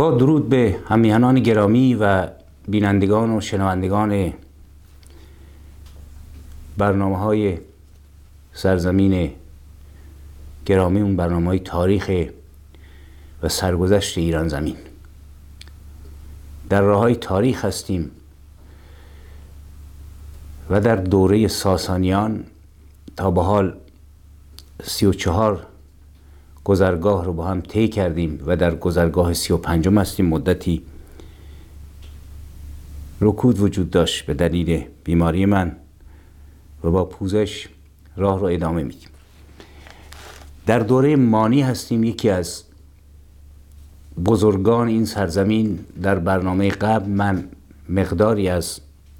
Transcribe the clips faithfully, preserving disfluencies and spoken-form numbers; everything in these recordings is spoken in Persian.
با درود به همیهنان گرامی و بینندگان و شنوندگان برنامه های سرزمین گرامی، اون برنامه های تاریخ و سرگذشت ایران زمین. در راه های تاریخ هستیم و در دوره ساسانیان تا به حال سی و چهار گذرگاه رو با هم طی کردیم و در گذرگاه سی و پنجم هستیم. مدتی رکود وجود داشت به دلیل بیماری من و با پوزش راه رو ادامه میدیم. در دوره مانی هستیم. یکی از بزرگان این سرزمین در برنامه قبل من مقداری از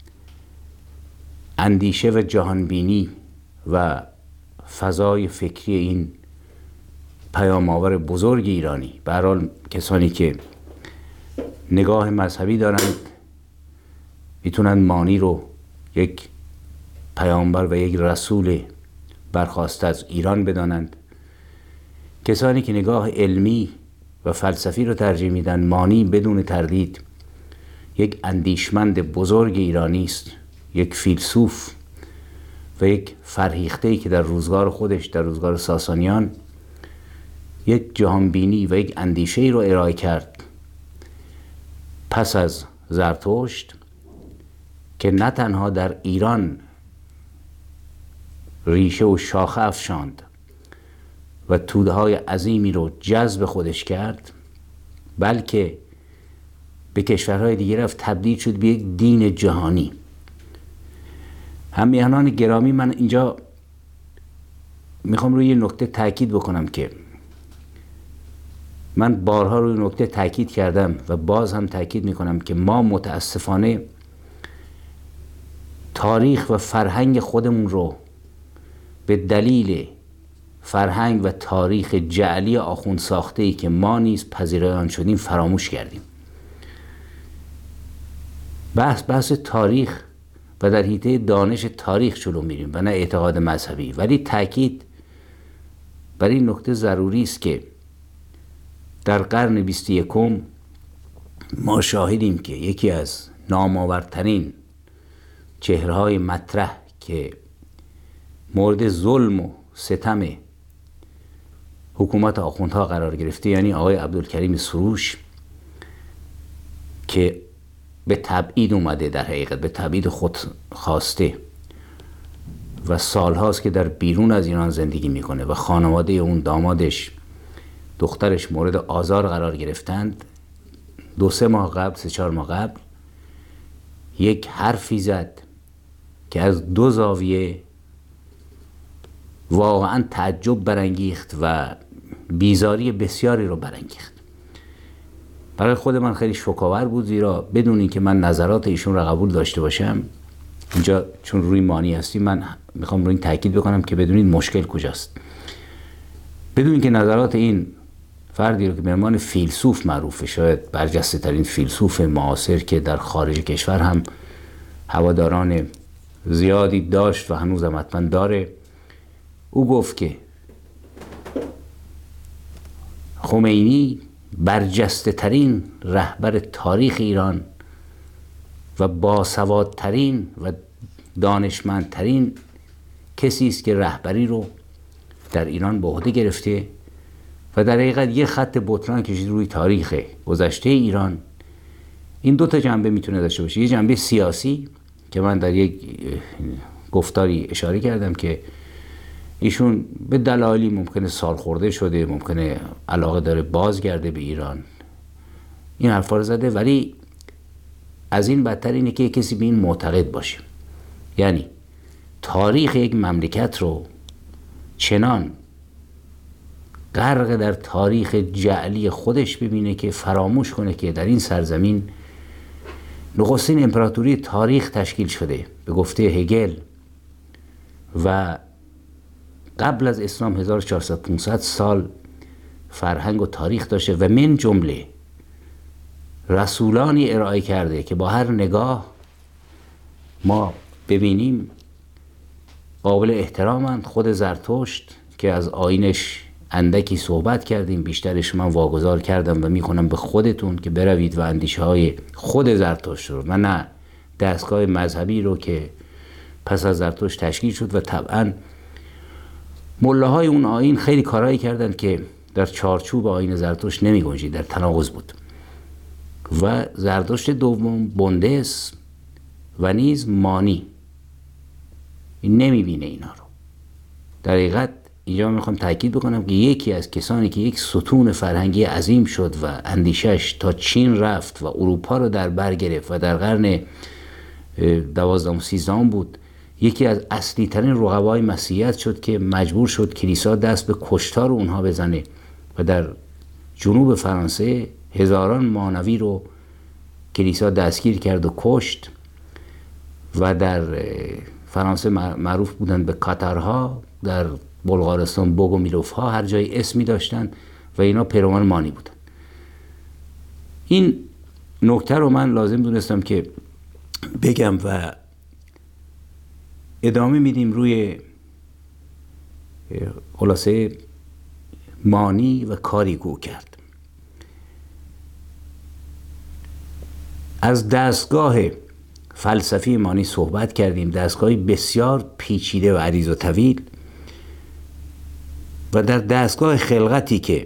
اندیشه و جهانبینی و فضای فکری این پیام آور بزرگ ایرانی، به هر حال کسانی که نگاه مذهبی دارند میتونن مانی رو یک پیامبر و یک رسول برخواسته از ایران بدانند. کسانی که نگاه علمی و فلسفی رو ترجیح میدن، مانی بدون تردید یک اندیشمند بزرگ ایرانی است، یک فیلسوف و یک فرهیخته‌ای که در روزگار خودش، در روزگار ساسانیان، یک جهانبینی و یک اندیشه‌ای رو ارائه کرد پس از زرتشت که نه تنها در ایران ریشه و شاخه افشاند و توده‌های عظیمی رو جذب خودش کرد، بلکه به کشورهای دیگه رفت، تبدیل شد به یک دین جهانی. همیهنان گرامی، من اینجا میخوام روی یه نکته تاکید بکنم که من بارها روی نکته تاکید کردم و باز هم تاکید میکنم که ما متاسفانه تاریخ و فرهنگ خودمون رو به دلیل فرهنگ و تاریخ جعلی آخوند ساخته‌ای که ما نیز پذیرای آن شدیم فراموش کردیم. بحث بحث تاریخ و در حیطه دانش تاریخ جلو میریم و نه اعتقاد مذهبی، ولی تاکید بر این نکته ضروری است که در قرن بیست و یکم ما شاهدیم که یکی از نامآورترین چهره‌های مطرح که مورد ظلم و ستم حکومت آخوندها قرار گرفته، یعنی آقای عبدالکریم سروش، که به تبعید اومده، در حقیقت به تبعید خود خواسته و سالهاست که در بیرون از ایران زندگی میکنه و خانواده اون، دامادش، دخترش مورد آزار قرار گرفتند. دو سه ماه قبل، سه چهار ماه قبل یک حرفی زد که از دو زاویه واقعا تعجب برانگیخت و بیزاری بسیاری رو برانگیخت. برای خود من خیلی شوک‌آور بود، زیرا بدون اینکه من نظرات ایشون را قبول داشته باشم، اینجا چون روی مانی هستیم من میخوام روی این تاکید بکنم که بدونید مشکل کجاست. بدون اینکه نظرات این فردی رو که به عنوان فیلسوف معروفه، شاید برجسته ترین فیلسوف معاصر که در خارج کشور هم هواداران زیادی داشت و هنوز هم حتما داره، او گفت که خمینی برجسته ترین رهبر تاریخ ایران و باسوادترین و دانشمندترین کسی است که رهبری رو در ایران به عهده گرفته و در حقیقت یه خط بطلان کشید روی تاریخ گذشته ایران. این دو تا جنبه میتونه داشته باشه. یه جنبه سیاسی که من در یک گفتاری اشاره کردم که ایشون به دلایلی ممکنه سالخورده شده، ممکنه علاقه داره بازگرده به ایران، این حرفا رو زده. ولی از این بدتر اینه که کسی به این معتقد باشه، یعنی تاریخ یک مملکت رو چنان غرق در تاریخ جعلی خودش ببینه که فراموش کنه که در این سرزمین نخستین امپراتوری تاریخ تشکیل شده به گفته هگل و قبل از اسلام هزار و چهارصد پانصد سال فرهنگ و تاریخ داشته و من جمله رسولانی ارائه کرده که با هر نگاه ما ببینیم قابل احترامند. خود زرتشت که از آیینش اندکی صحبت کردیم، بیشترش من واگذار کردم و میکنم به خودتون که بروید و اندیشه های خود زرتشت رو و نه دستگاه مذهبی رو که پس از زرتشت تشکیل شد و طبعا ملاهای اون آیین خیلی کارهایی کردند که در چارچوب آیین زرتشت نمی گنجید، در تناقض بود. و زرتشت دوم بندس و نیز مانی این نمی بینه اینا رو. در حقیقت اینجا میخوام تاکید بکنم که یکی از کسانی که یک ستون فرهنگی عظیم شد و اندیشش تا چین رفت و اروپا رو در بر گرفت و در قرن دوازدهم و سیزدهم بود، یکی از اصلی ترین رقبای مسیحیت شد که مجبور شد کلیسا دست به کشتار اونها بزنه و در جنوب فرانسه هزاران مانوی رو کلیسا دستگیر کرد و کشت و در فرانسه معروف بودن به کاتارها، در بلغارستان بوگومیلوف ها، هر جای اسمی داشتن و اینا پیروان مانی بودن. این نکته رو من لازم دونستم که بگم و ادامه میدیم روی خلاصه مانی و کاری که او کرد. از دستگاه فلسفی مانی صحبت کردیم، دستگاهی بسیار پیچیده و عریض و طویل، و در دستگاه خلقتی که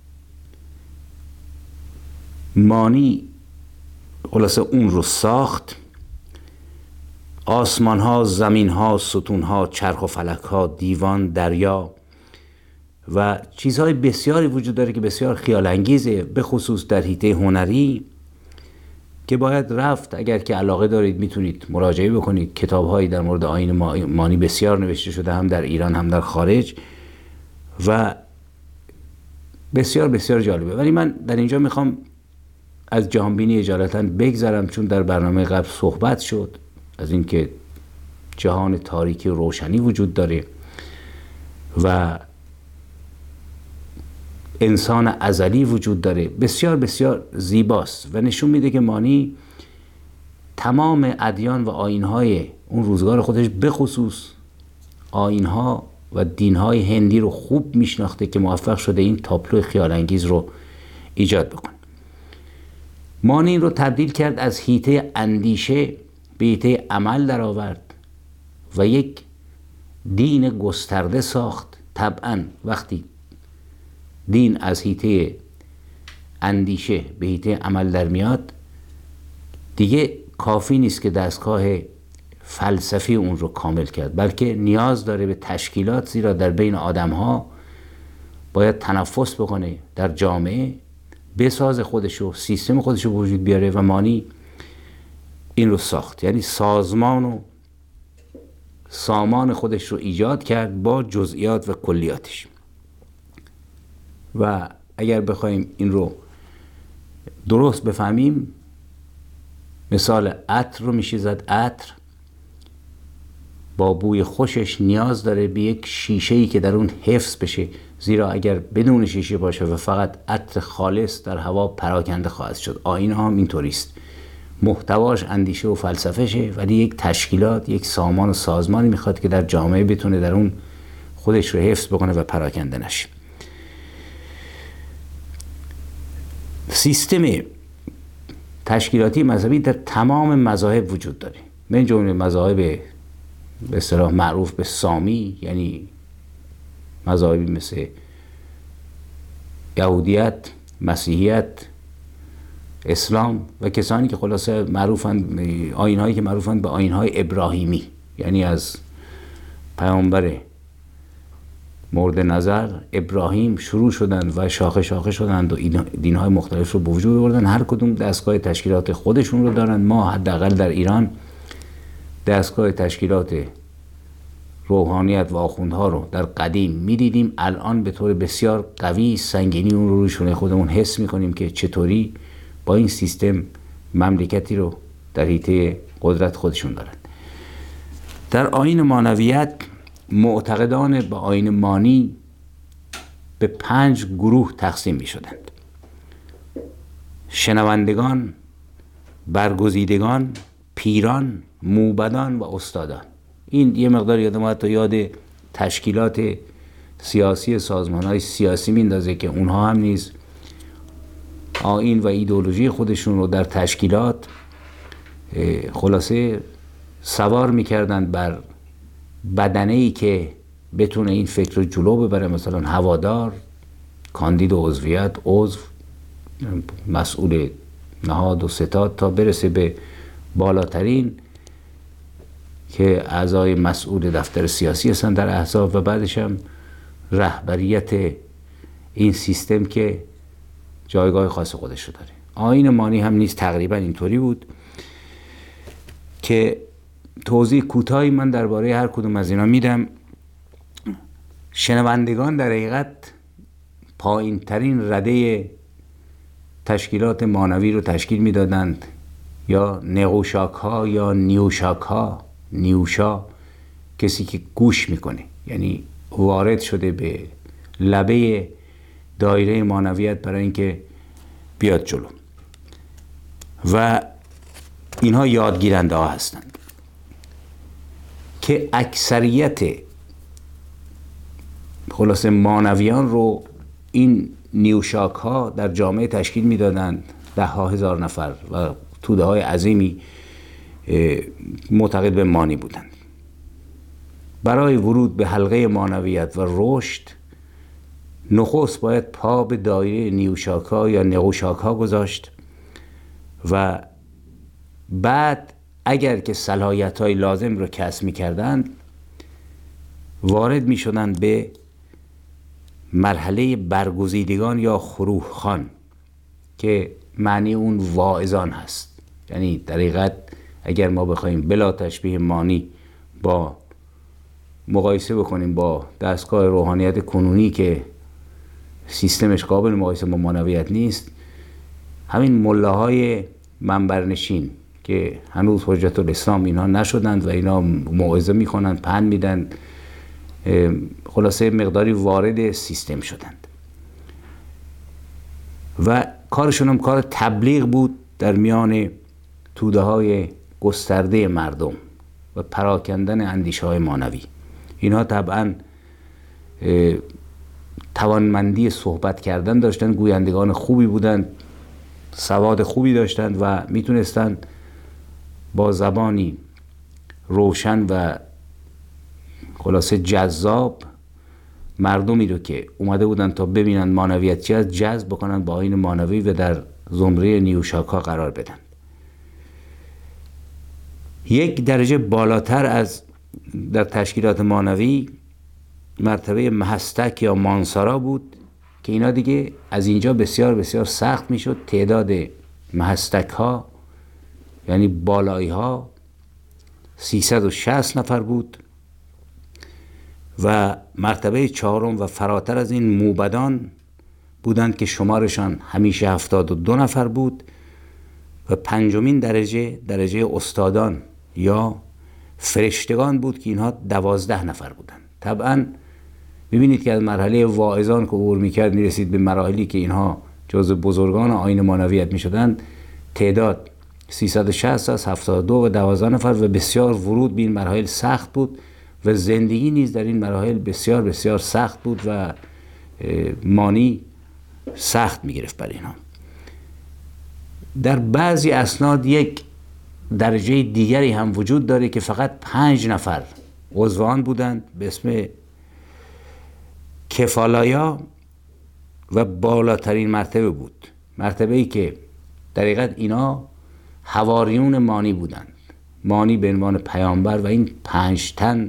مانی خلاصه اون رو ساخت، آسمان ها، زمین ها، ستون ها، چرخ و فلک ها، دیوان، دریا و چیزهای بسیاری وجود داره که بسیار خیال انگیزه، به خصوص در حیطه هنری که باید رفت. اگر که علاقه دارید میتونید مراجعه بکنید. کتاب هایی در مورد آیین مانی بسیار نوشته شده، هم در ایران هم در خارج، و بسیار بسیار جالبه. ولی من در اینجا میخوام از جهانبینی اجالتا بگذرم، چون در برنامه قبل صحبت شد از اینکه جهان تاریکی و روشنی وجود داره و انسان ازلی وجود داره. بسیار بسیار زیباست و نشون میده که مانی تمام ادیان و آیین‌های اون روزگار خودش، به خصوص آیین‌ها و دین‌های هندی رو خوب میشناخته که موفق شده این تابلو خیال انگیز رو ایجاد بکنه. مانی این رو تبدیل کرد از حیطه اندیشه به حیطه عمل در آورد و یک دین گسترده ساخت. طبعا وقتی دین از حیطه اندیشه به حیطه عمل در میاد، دیگه کافی نیست که دستگاه فلسفی اون رو کامل کرد، بلکه نیاز داره به تشکیلات، زیرا در بین آدم ها باید تنفس بکنه، در جامعه بساز خودشو، سیستم خودشو وجود بیاره و مانی این رو ساخت. یعنی سازمان و سامان خودش رو ایجاد کرد با جزئیات و کلیاتش. و اگر بخوایم این رو درست بفهمیم، مثال عطر رو میشه زد. عطر با بوی خوشش نیاز داره به یک شیشه‌ای که در اون حفظ بشه، زیرا اگر بدون شیشه باشه و فقط عطر خالص در هوا پراکنده خواهد شد. آیین هم اینطوریست، محتواش اندیشه و فلسفهشه، ولی یک تشکیلات، یک سامان و سازمانی میخواد که در جامعه بتونه در اون خودش رو حفظ بکنه و پراکنده نشه. سیستم تشکیلاتی مذهبی در تمام مذاهب وجود داره، من جمله مذاهب به اصطلاح معروف به سامی، یعنی مذاهبی مثل یهودیت، مسیحیت، اسلام و کسانی که خلاصه معروفند، آیین‌هایی که معروفند به آیین‌های ابراهیمی، یعنی از پیامبر مورد نظر ابراهیم شروع شدند و شاخه شاخه شدند و دین‌های مختلف رو به وجود آوردن. هر کدوم دستگاه تشکیلات خودشون رو دارن. ما حداقل در ایران دستگاه تشکیلات روحانیت و آخوندها رو در قدیم می‌دیدیم، الان به طور بسیار قوی سنگینی اون رو روی شونه خودمون حس می‌کنیم که چطوری با این سیستم مملکتی رو در حیطه قدرت خودشون دارن. در آیین مانویت معتقدان به آیین مانی به پنج گروه تقسیم می شدند: شنوندگان، برگزیدگان، پیران، موبدان و استادان. این یه مقدار یادم اومد تا یاد تشکیلات سیاسی سازمان‌های سیاسی میندازه که اونها هم نیز آیین و ایدئولوژی خودشون رو در تشکیلات خلاصه سوار میکردن بر بدنه‌ای که بتونه این فکر رو جلو ببره، مثلا هوادار، کاندید عضویت، عضو، مسئول نهاد و ستاد، تا برسه به بالاترین که اعضای مسئول دفتر سیاسی هستن در احزاب و بعدش هم رهبریت این سیستم که جایگاه خاص خودش رو داره. آیین مانی هم نیز تقریبا اینطوری بود که توضیح کوتاهی من درباره هر کدوم از اینا میدم. شنوندگان در حقیقت پایین ترین رده تشکیلات مانوی رو تشکیل میدادند، یا نقوشاک ها یا نیوشاک ها. نیوشا کسی که گوش میکنه، یعنی وارد شده به لبه دایره مانویت برای اینکه بیاد جلو، و اینها یادگیرنده ها هستند که اکثریت خلاصه مانویان رو این نیوشاک ها در جامعه تشکیل میدادند، ده ها هزار نفر و توده های عظیمی معتقد به مانی بودند. برای ورود به حلقه مانویت و رشد نخست باید پا به دایره نیوشاک ها یا نقوشاک ها گذاشت و بعد اگر که صلاحیت های لازم رو کسب می کردند وارد می شدند به مرحله برگزیدگان یا خروح خان که معنی اون واعظان هست. یعنی در حقیقت اگر ما بخوایم بلا تشبیه مانی با مقایسه بکنیم با دستگاه روحانیت کنونی که سیستمش قابل مقایسه با مانویت نیست، همین ملاهای منبرنشین که هنوز حجت الاسلام اینها نشدند و اینا موعظه میکنند، پند میدن، خلاصه مقداری وارد سیستم شدند و کارشون هم کار تبلیغ بود در میان توده های گسترده مردم و پراکندن اندیشه های مانوی. اینها طبعا توانمندی صحبت کردن داشتن، گویندگان خوبی بودند، سواد خوبی داشتند و میتونستند با زبانی روشن و خلاصه جذاب مردمی رو که اومده بودن تا ببینن مانویت چی است جذب بکنن با آیین مانوی و در زمره نیوشاک ها قرار بدن. یک درجه بالاتر از در تشکیلات مانوی مرتبه محستک یا مانسارا بود که اینا دیگه از اینجا بسیار بسیار سخت میشد. تعداد محستک ها یعنی بالایی ها سیصد و شصت نفر بود و مرتبه چهارم و فراتر از این موبدان بودند که شمارشان همیشه هفتاد و دو نفر بود و پنجمین درجه درجه استادان یا فرشتگان بود که اینها دوازده نفر بودند. طبعا ببینید که از مرحله واعظان که عبور میکرد میرسید به مراحلی که اینها جزو بزرگان آیین مانویت میشدند. تعداد سیصد و شصت از هفتاد و دو و دوازده نفر و بسیار ورود به این مراحل سخت بود و زندگی نیز در این مراحل بسیار بسیار سخت بود و مانی سخت میگرفت برای اینها. در بعضی اسناد یک درجه دیگری هم وجود داره که فقط پنج نفر عضوان بودند به اسم کفالایا و بالاترین مرتبه بود، مرتبه ای که در حقیقت اینا حواریون مانی بودند، مانی به عنوان پیامبر و این پنج تن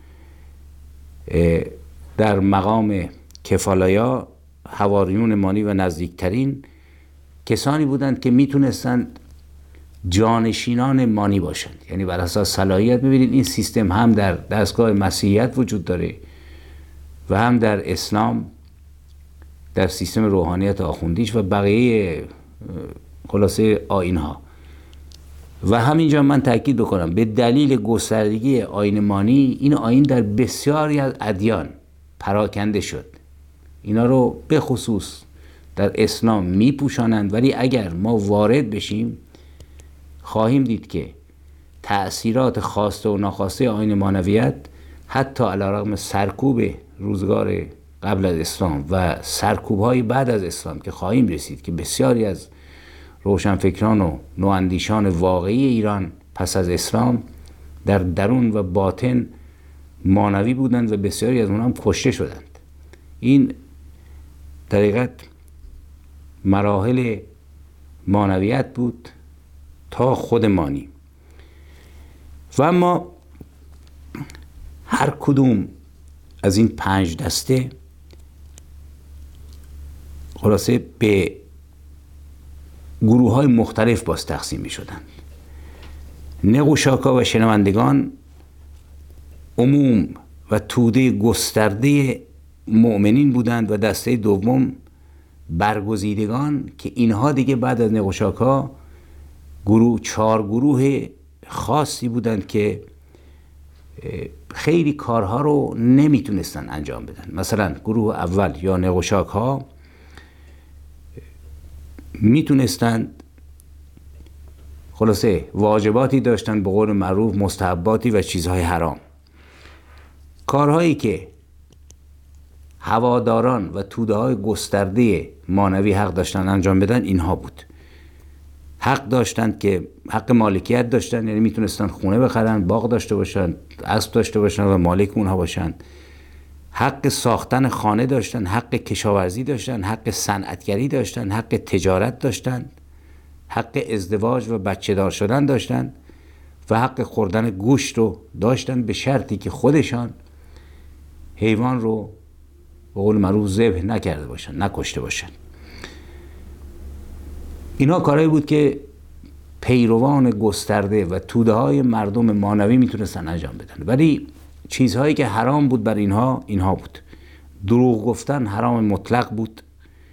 در مقام کفالایا حواریون مانی و نزدیکترین کسانی بودند که میتونستند جانشینان مانی باشند. یعنی بر اساس صلاحیت ببینید این سیستم هم در دستگاه مسیحیت وجود داره و هم در اسلام در سیستم روحانیت آخوندیش و بقیه خلاصه آیین ها. و همینجا من تاکید بکنم به دلیل گستردگی آیین مانی این آیین در بسیاری از ادیان پراکنده شد. اینا رو به خصوص در اسلام میپوشانند، ولی اگر ما وارد بشیم خواهیم دید که تأثیرات خواسته و ناخواسته آیین مانویت حتی علیرغم سرکوب روزگار قبل از اسلام و سرکوب‌های بعد از اسلام که خواهیم رسید که بسیاری از روشنفکران و نواندیشان واقعی ایران پس از اسلام در درون و باطن مانوی بودند و بسیاری از اونها هم کشته شدند. این در حقیقت مراحل مانویت بود تا خود مانی. و اما هر کدوم از این پنج دسته خلاصه به گروه های مختلف باز تقسیم می شدند. نقوشاکا و شنوندگان عموم و توده گسترده مؤمنین بودند و دسته دوم برگزیدگان که اینها دیگه بعد از نقوشاکا گروه چهار گروه خاصی بودند که خیلی کارها رو نمیتونستن انجام بدن. مثلا گروه اول یا نقوشاک‌ها میتونستند خلاصه واجباتی داشتن، به قول معروف مستحباتی و چیزهای حرام. کارهایی که هواداران و توده های گسترده مانوی حق داشتن انجام بدن اینها بود. حق داشتند که حق مالکیت داشتن، یعنی میتونستن خونه بخرن، باغ داشته باشن، اسب داشته باشن و مالک اونها باشن. حق ساختن خانه داشتن، حق کشاورزی داشتن، حق صنعتگری داشتن، حق تجارت داشتن، حق ازدواج و بچه دار شدن داشتن و حق خوردن گوشت رو داشتن، به شرطی که خودشان حیوان رو به قول معروف ذبح نکرده باشن، نکشته باشن. اینا کارهایی بود که پیروان گسترده و توده های مردم مانوی میتونستن انجام بدن. ولی چیزهایی که حرام بود بر اینها اینها بود: دروغ گفتن حرام مطلق بود،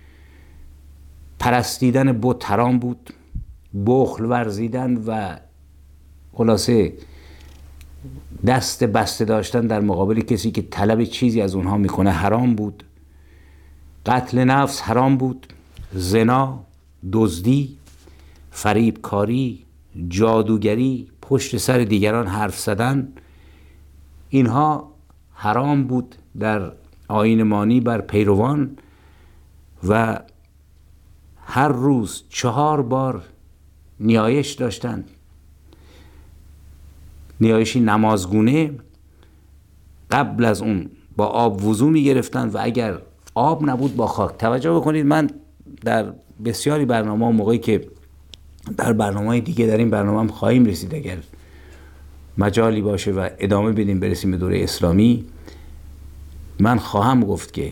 پرستیدن بت حرام بود، بخل ورزیدن و خلاصه دست بسته داشتن در مقابل کسی که طلب چیزی از اونها میکنه حرام بود، قتل نفس حرام بود، زنا، دزدی، فریبکاری، جادوگری، پشت سر دیگران حرف زدن، اینها حرام بود در آیین مانی بر پیروان. و هر روز چهار بار نیایش داشتند، نیایشی نمازگونه. قبل از اون با آب وضو می گرفتن و اگر آب نبود با خاک. توجه بکنید، من در بسیاری برنامه موقعی که در برنامه دیگه در این برنامه هم خواهیم رسید اگر مجالی باشه و ادامه بدیم برسیم به دوره اسلامی، من خواهم گفت که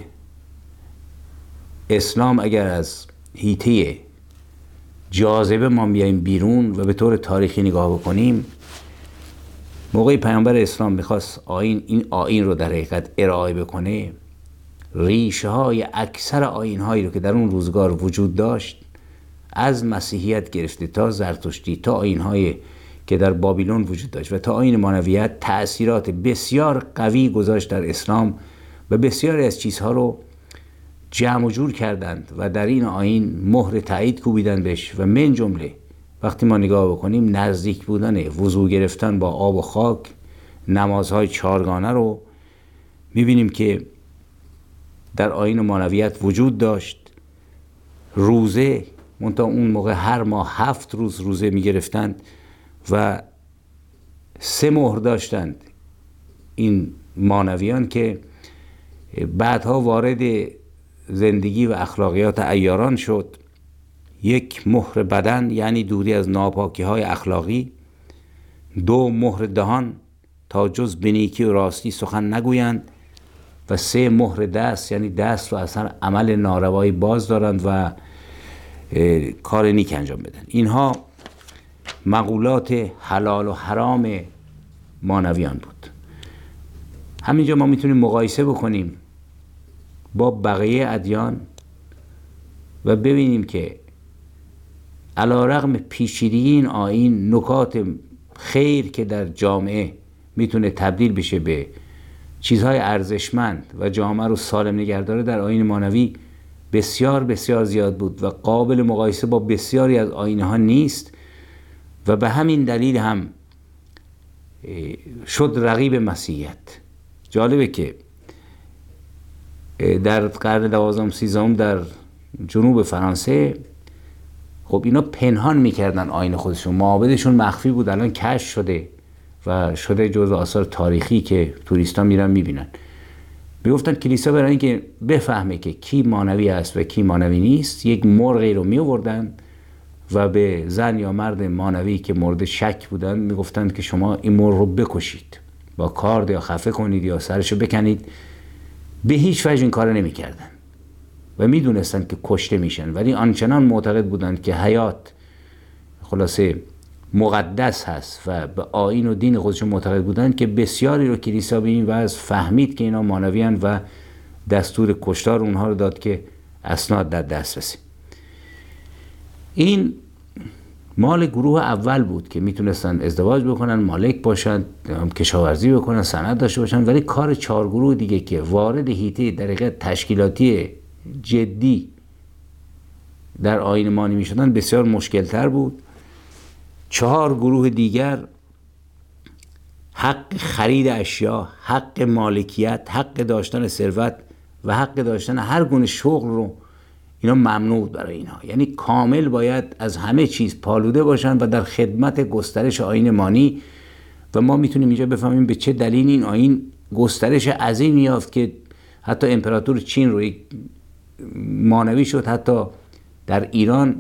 اسلام اگر از حیطه جاذبه ما بیایم بیرون و به طور تاریخی نگاه بکنیم، موقعی پیامبر اسلام میخواست آیین این آیین رو در حقیقت ارائه بکنه، ریشه های اکثر آیین هایی رو که در اون روزگار وجود داشت، از مسیحیت گرفته تا زرتشتی تا آیین های که در بابیلون وجود داشت و تا آیین مانویت، تأثیرات بسیار قوی گذاشت در اسلام و بسیاری از چیزها رو جمع و جور کردند و در این آیین مهر تایید کوبیدن بهش. و من جمله وقتی ما نگاه بکنیم نزدیک بودن وضو گرفتن با آب و خاک، نمازهای چهارگانه رو میبینیم که در آیین مانویت وجود داشت. روزه، منتها اون موقع هر ماه هفت روز روزه میگرفتند و سه مهر داشتند این مانویان که بعدها وارد زندگی و اخلاقیات عیاران شد. یک مهر بدن یعنی دوری از ناپاکی های اخلاقی، دو مهر دهان تا جز به نیکی و راستی سخن نگویند و سه مهر دست یعنی دست رو اصلا عمل ناروایی باز دارند و کار نیک انجام بدن. اینها مقولات حلال و حرام مانویان بود. همینجا ما میتونیم مقایسه بکنیم با بقیه ادیان و ببینیم که علیرغم پیچیدگی این آیین، نکات خیر که در جامعه میتونه تبدیل بشه به چیزهای ارزشمند و جامعه رو سالم نگه داره، در آیین مانوی بسیار بسیار زیاد بود و قابل مقایسه با بسیاری از آیین‌ها نیست و به همین دلیل هم شد رقیب مسیحیت. جالبه که در قرن دوازدهم سیزدهم در جنوب فرانسه، خب اینا پنهان میکردن آیین خودشون، معابدشون مخفی بود، الان کشف شده و شده جزو آثار تاریخی که توریستا میرن میبینن. میگفتن کلیسا برای اینکه بفهمه که کی مانوی است و کی مانوی نیست، یک مرغی رو میآوردن و به زن یا مرد مانوی که مورد شک بودن میگفتن که شما این مرغ رو بکشید، با کارد یا خفه کنید یا سرشو بکنید. به هیچ وجه این کار نمیکردن و میدونستن که کشته میشن، ولی آنچنان معتقد بودند که حیات خلاصه مقدس هست و به آیین و دین خودشون معتقد بودند که بسیاری رو کلیسا به این وضع فهمید که اینا مانویان و دستور کشتار اونها رو داد که اسناد در دست رسید. این مال گروه اول بود که میتونستن ازدواج بکنن، مالک باشن، کشاورزی بکنن، صنعت داشته باشن، ولی کار چهار گروه دیگه که وارد حیطه در حقیقت تشکیلاتی جدی در آیین مانی میشدن بسیار مشکلتر بود. چهار گروه دیگر حق خرید اشیا، حق مالکیت، حق داشتن ثروت و حق داشتن هر گونه شغل رو اینا ممنوع بود برای اینها. یعنی کامل باید از همه چیز پالوده باشن و در خدمت گسترش آیین مانی. و ما میتونیم اینجا بفهمیم به چه دلیل این آیین گسترش عظیمی یافت که حتی امپراتور چین رو یک مانوی شد. حتی در ایران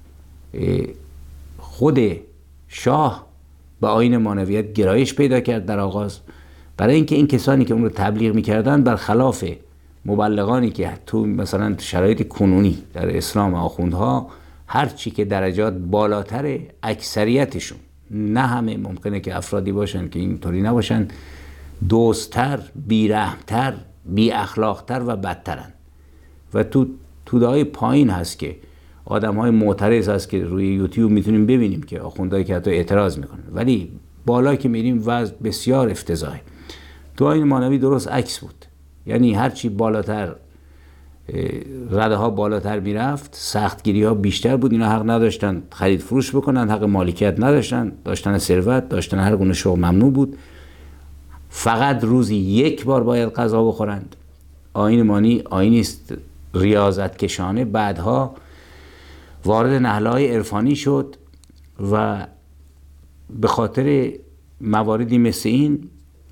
خود شاه به آیین مانویت گرایش پیدا کرد در آغاز، برای اینکه این کسانی که اون رو تبلیغ میکردن برخلاف مبلغانی که تو مثلا شرایط کنونی در اسلام آخوندها، هر چی که درجات بالاتر، اکثریتشون، نه همه، ممکنه که افرادی باشن که اینطوری نباشن، دوستتر، بیرحمتر، بی اخلاقتر و بدترن. و تو توده‌های پایین هست که آدم های معترض هست که روی یوتیوب میتونیم ببینیم که آخوندهایی که حتی اعتراض میکنن، ولی بالا که میریم وضع بسیار افتضاحه. تو آیین مانوی درست عکس بود، یعنی هرچی بالاتر رده ها بالاتر میرفت سختگیری ها بیشتر بود. اینا حق نداشتن خرید فروش بکنن، حق مالکیت نداشتن، داشتن ثروت، داشتن هر گونه شغل ممنوع بود. فقط روزی یک بار باید غذا بخورند. آیین مانی آیینی است ریاضت کشانه، بعدها وارد نهلهای عرفانی شد و به خاطر مواردی مثل این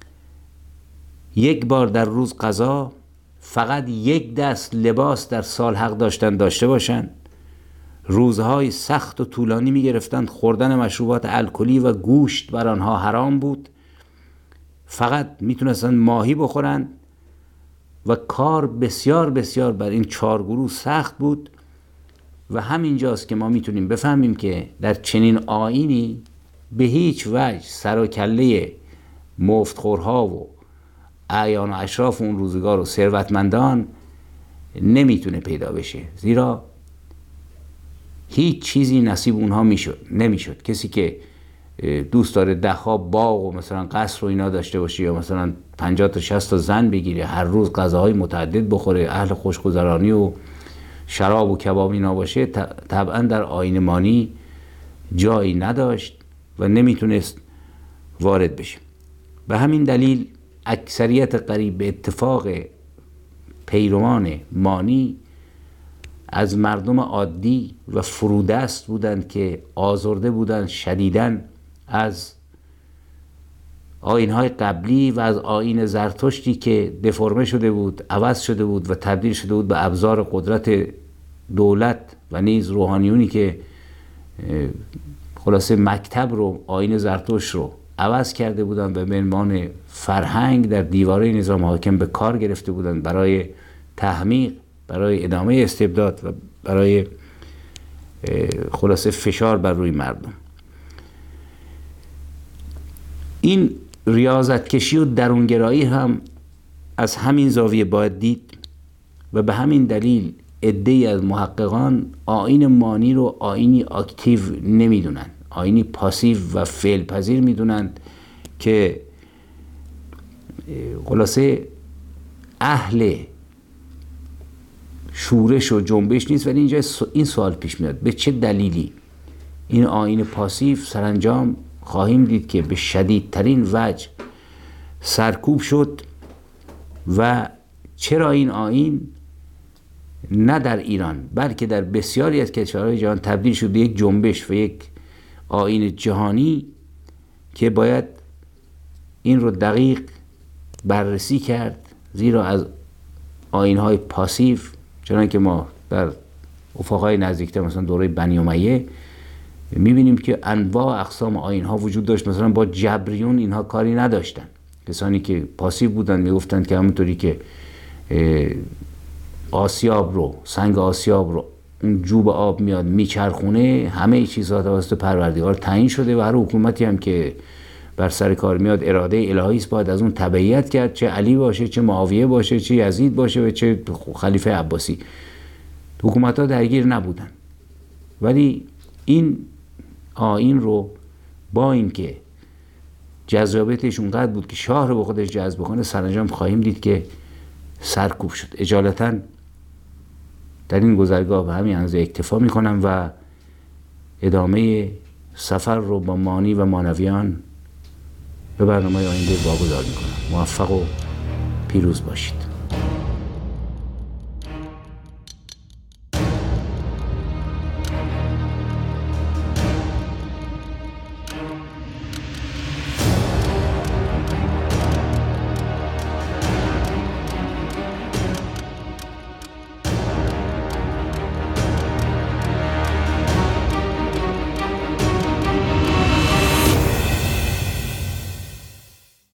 یک بار در روز غذا، فقط یک دست لباس در سال حق داشتن داشته باشن، روزهای سخت و طولانی می گرفتن، خوردن مشروبات الکلی و گوشت بر آنها حرام بود، فقط میتونستن ماهی بخورن و کار بسیار بسیار بر این چهار گروه سخت بود. و همینجاست که ما میتونیم بفهمیم که در چنین آیینی به هیچ وجه سر و کله مفتخورها و اعیان و اشراف اون روزگار و ثروتمندان نمیتونه پیدا بشه، زیرا هیچ چیزی نصیب اونها میشد نمیشد. کسی که دوست داره ده ها باغ و مثلا قصر و اینا داشته باشه، یا مثلا پنجاه تا شصت تا زن بگیره، هر روز غذاهای متعدد بخوره، اهل خوشگذرانی و شراب و کباب اینا باشه، طبعا در آیین مانی جایی نداشت و نمیتونست وارد بشه. به همین دلیل اکثریت قریب به اتفاق پیروان مانی از مردم عادی و فرودست بودند که آزرده بودند شدیداً از آیین‌های قبلی و از آیین زرتشتی که دفرمه شده بود، عوض شده بود و تبدیل شده بود به ابزار قدرت دولت و نیز روحانیونی که خلاصه مکتب رو، آیین زرتشت رو عوض کرده بودند و به عنوان فرهنگ در دیواره نظام حاکم به کار گرفته بودند برای تحمیق، برای ادامه استبداد و برای خلاصه فشار بر روی مردم. این ریاضت کشی و درونگرایی هم از همین زاویه باید دید و به همین دلیل عده‌ای از محققان آیین مانی رو آیینی اکتیو نمیدونن، آیینی پاسیو و فعل پذیر میدونند که خلاصه اهل شورش و جنبش نیست. ولی اینجا این سوال پیش میاد به چه دلیلی این آیین پاسیو سرانجام خواهیم دید که به شدیدترین وجه سرکوب شد و چرا این آیین نه در ایران بلکه در بسیاری از کشورهای جهان تبدیل شد به یک جنبش و یک آیین جهانی که باید این رو دقیق بررسی کرد، زیرا از آیین‌های پاسیو چنانکه که ما در افقهای نزدیکتر مثلا دوره بنی امیه میبینیم که انواع اقسام آیین‌ها وجود داشت. مثلا با جبریون اینها کاری نداشتن، کسانی که پاسیو بودن میگفتند که همونطوری که آسیاب رو سنگ آسیاب رو اون جوب آب میاد میچرخونه، همه چیزها توسط پروردگار تعیین شده و هر حکومتی هم که بر سر کار میاد اراده الهی است، باید از اون تبعیت کرد، چه علی باشه، چه معاویه باشه، چه یزید باشه و چه خلیفه عباسی. حکومت‌ها درگیر نبودن. ولی این آیین رو با اینکه جذابیتش اونقدر بود که شاه رو به خودش جذب کنه، سرانجام خواهیم دید که سرکوب شد. اجالتاً در این گذرگاه به همین اندازه اکتفا میکنم و ادامه سفر رو با مانی و مانویان به برنامه آینده واگذار میکنم. موفق و پیروز باشید.